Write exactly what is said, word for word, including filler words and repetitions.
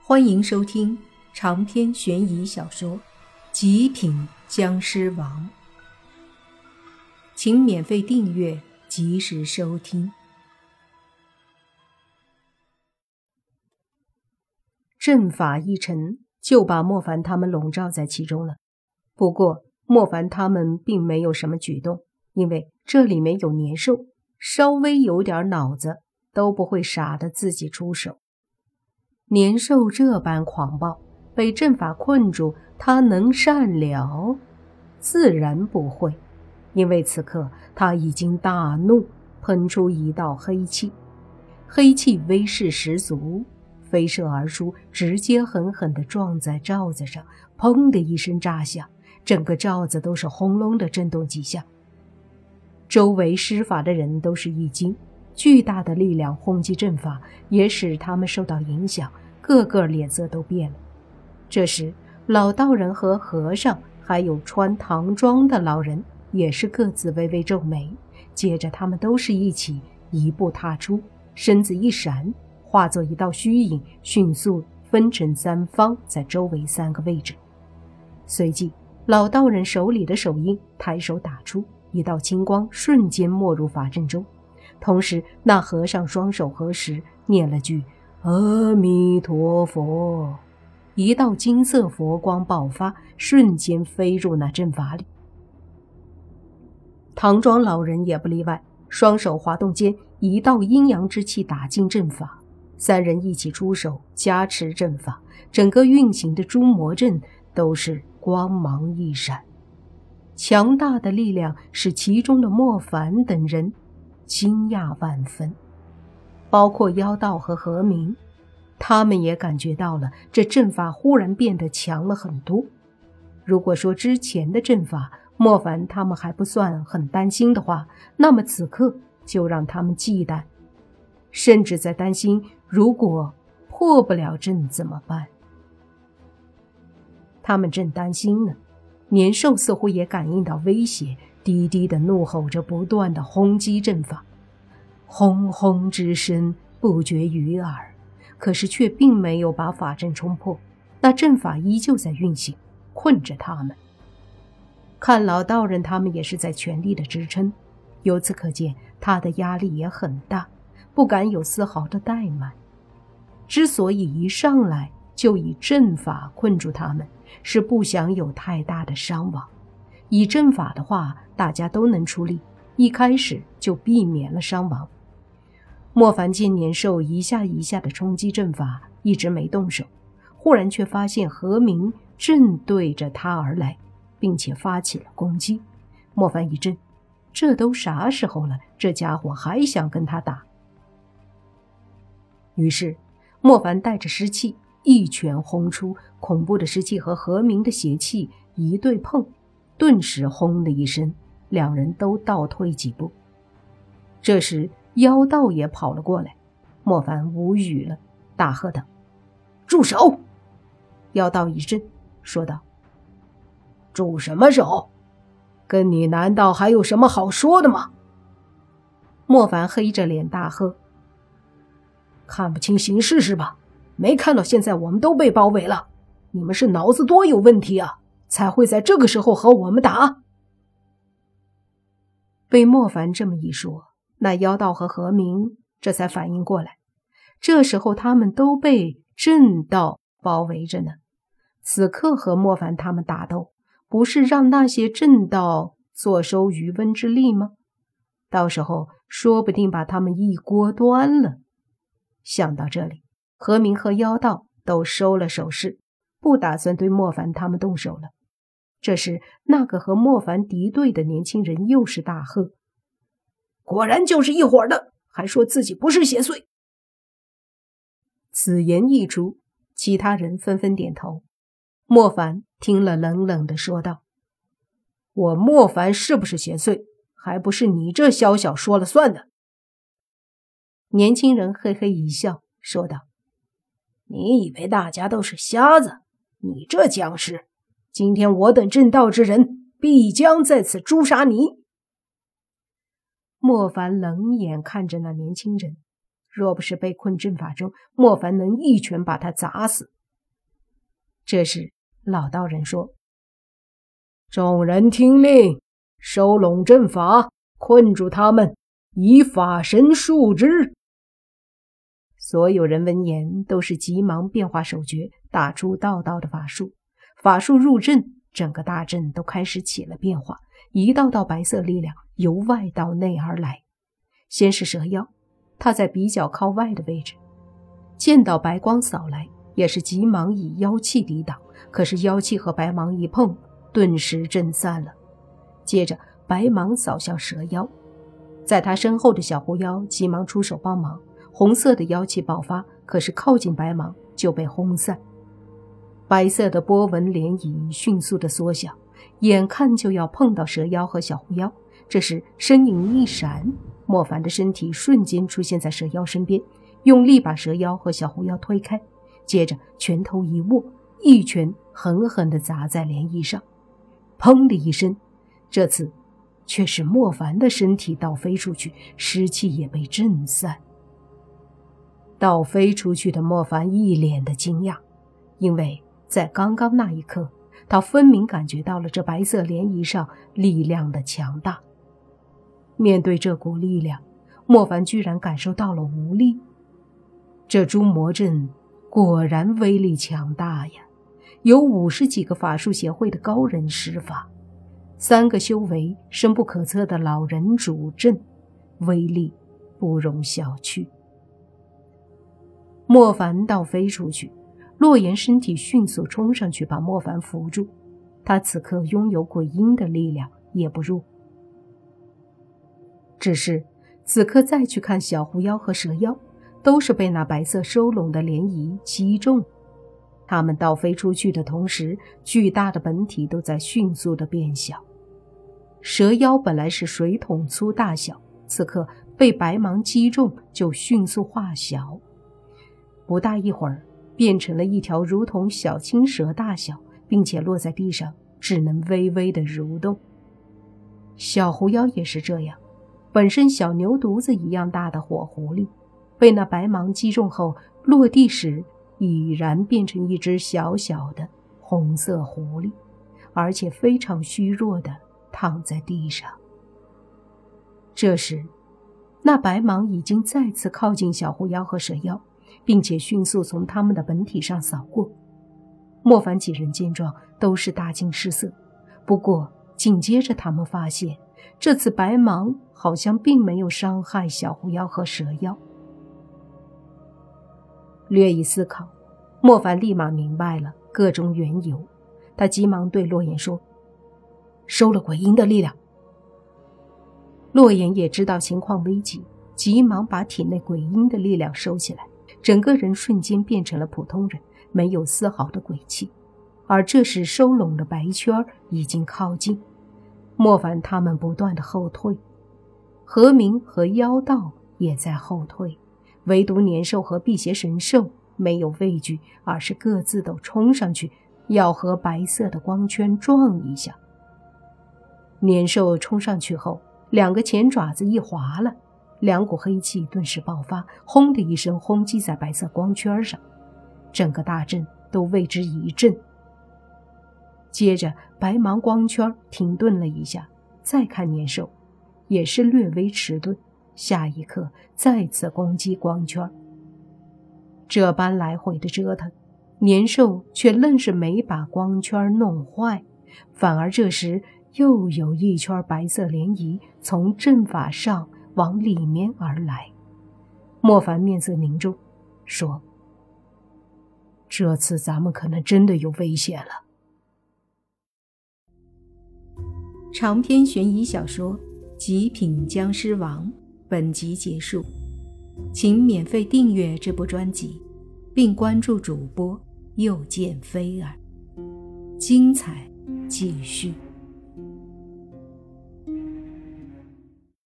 欢迎收听长篇悬疑小说《极品僵尸王》，请免费订阅，及时收听。阵法一沉，就把莫凡他们笼罩在其中了。不过莫凡他们并没有什么举动，因为这里面有年兽，稍微有点脑子都不会傻得自己出手。年兽这般狂暴，被阵法困住，他能善了？自然不会，因为此刻他已经大怒，喷出一道黑气，黑气威势十足，飞射而出，直接狠狠地撞在罩子上，砰的一声炸响，整个罩子都是轰隆的震动几下。周围施法的人都是一惊，巨大的力量轰击阵法，也使他们受到影响，个个脸色都变了。这时老道人和和尚还有穿唐装的老人也是各自微微皱眉，接着他们都是一起一步踏出，身子一闪，化作一道虚影，迅速分成三方，在周围三个位置。随即老道人手里的手印抬手打出，一道金光瞬间没入法阵中，同时那和尚双手合十，念了句阿弥陀佛，一道金色佛光爆发，瞬间飞入那阵法里。唐装老人也不例外，双手滑动间，一道阴阳之气打进阵法，三人一起出手加持阵法，整个运行的诛魔阵都是光芒一闪。强大的力量使其中的莫凡等人惊讶万分，包括妖道和何明，他们也感觉到了这阵法忽然变得强了很多。如果说之前的阵法莫凡他们还不算很担心的话，那么此刻就让他们忌惮，甚至在担心如果破不了阵怎么办。他们正担心呢，年兽似乎也感应到威胁，低低的怒吼着，不断的轰击阵法，轰轰之声不绝于耳，可是却并没有把法阵冲破，那阵法依旧在运行，困着他们。看老道人他们也是在全力的支撑，由此可见他的压力也很大，不敢有丝毫的怠慢。之所以一上来就以阵法困住他们，是不想有太大的伤亡。以阵法的话，大家都能出力，一开始就避免了伤亡。莫凡见年兽一下一下的冲击阵法，一直没动手，忽然却发现何明正对着他而来，并且发起了攻击。莫凡一震，这都啥时候了，这家伙还想跟他打。于是莫凡带着湿气一拳轰出，恐怖的湿气和何明的邪气一对碰，顿时轰的一声，两人都倒退几步。这时妖道也跑了过来，莫凡无语了，大喝道：住手！妖道一震，说道：住什么手？跟你难道还有什么好说的吗？莫凡黑着脸大喝：看不清形势是吧？没看到现在我们都被包围了，你们是脑子多有问题啊，才会在这个时候和我们打。被莫凡这么一说，那妖道和何明这才反应过来，这时候他们都被阵道包围着呢。此刻和莫凡他们打斗，不是让那些阵道坐收渔翁之利吗？到时候说不定把他们一锅端了。想到这里，何明和妖道都收了手势，不打算对莫凡他们动手了。这时那个和莫凡敌对的年轻人又是大喝：果然就是一伙的，还说自己不是邪祟。此言一出，其他人纷纷点头。莫凡听了冷冷地说道：我莫凡是不是邪祟，还不是你这小小说了算的。年轻人嘿嘿一笑，说道：你以为大家都是瞎子？你这僵尸，今天我等正道之人必将在此诛杀你。莫凡冷眼看着那年轻人，若不是被困阵法中，莫凡能一拳把他砸死， 这时老道人说： 众人听令，收拢阵法，困住他们，以法神束之。 所有人闻言都是急忙变化手诀，打出道道的法术。法术入阵，整个大阵都开始起了变化，一道道白色力量由外到内而来。先是蛇妖，他在比较靠外的位置，见到白光扫来，也是急忙以妖气抵挡，可是妖气和白芒一碰，顿时震散了。接着白芒扫向蛇妖，在他身后的小狐妖急忙出手帮忙，红色的妖气爆发，可是靠近白芒就被轰散。白色的波纹涟漪迅速的缩小，眼看就要碰到蛇妖和小狐妖。这时身影一闪，莫凡的身体瞬间出现在蛇妖身边，用力把蛇妖和小狐妖推开，接着拳头一握，一拳狠狠地砸在涟漪上。砰的一声，这次却是莫凡的身体倒飞出去，尸气也被震散。倒飞出去的莫凡一脸的惊讶，因为在刚刚那一刻，他分明感觉到了这白色涟漪上力量的强大。面对这股力量，莫凡居然感受到了无力。这诛魔阵果然威力强大呀，有五十几个法术协会的高人施法，三个修为深不可测的老人主阵，威力不容小觑。莫凡倒飞出去，洛言身体迅速冲上去把莫凡扶住，他此刻拥有鬼婴的力量也不弱。只是此刻再去看小狐妖和蛇妖，都是被那白色收拢的涟漪击中。他们倒飞出去的同时，巨大的本体都在迅速的变小。蛇妖本来是水桶粗大小，此刻被白芒击中就迅速化小，不大一会儿变成了一条如同小青蛇大小，并且落在地上只能微微的蠕动。小狐妖也是这样，本身小牛犊子一样大的火狐狸，被那白芒击中后，落地时已然变成一只小小的红色狐狸，而且非常虚弱的躺在地上。这时那白芒已经再次靠近小狐妖和蛇妖，并且迅速从他们的本体上扫过。莫凡几人见状都是大惊失色，不过紧接着他们发现，这次白芒好像并没有伤害小狐妖和蛇妖。略一思考，莫凡立马明白了个中缘由，他急忙对洛言说：收了鬼婴的力量。洛言也知道情况危急，急忙把体内鬼婴的力量收起来，整个人瞬间变成了普通人，没有丝毫的鬼气。而这时收拢的白圈已经靠近，莫凡他们不断的后退，何明和妖道也在后退，唯独年兽和辟邪神兽没有畏惧，而是各自都冲上去要和白色的光圈撞一下。年兽冲上去后，两个前爪子一划了，两股黑气顿时爆发，轰的一声轰击在白色光圈上，整个大阵都为之一震。接着白芒光圈停顿了一下，再看年兽也是略微迟钝，下一刻再次攻击光圈。这般来回的折腾，年兽却愣是没把光圈弄坏，反而这时又有一圈白色涟漪从阵法上往里面而来。莫凡面色凝重，说：这次咱们可能真的有危险了。长篇悬疑小说《极品僵尸王》本集结束，请免费订阅这部专辑，并关注主播又见菲儿，精彩继续。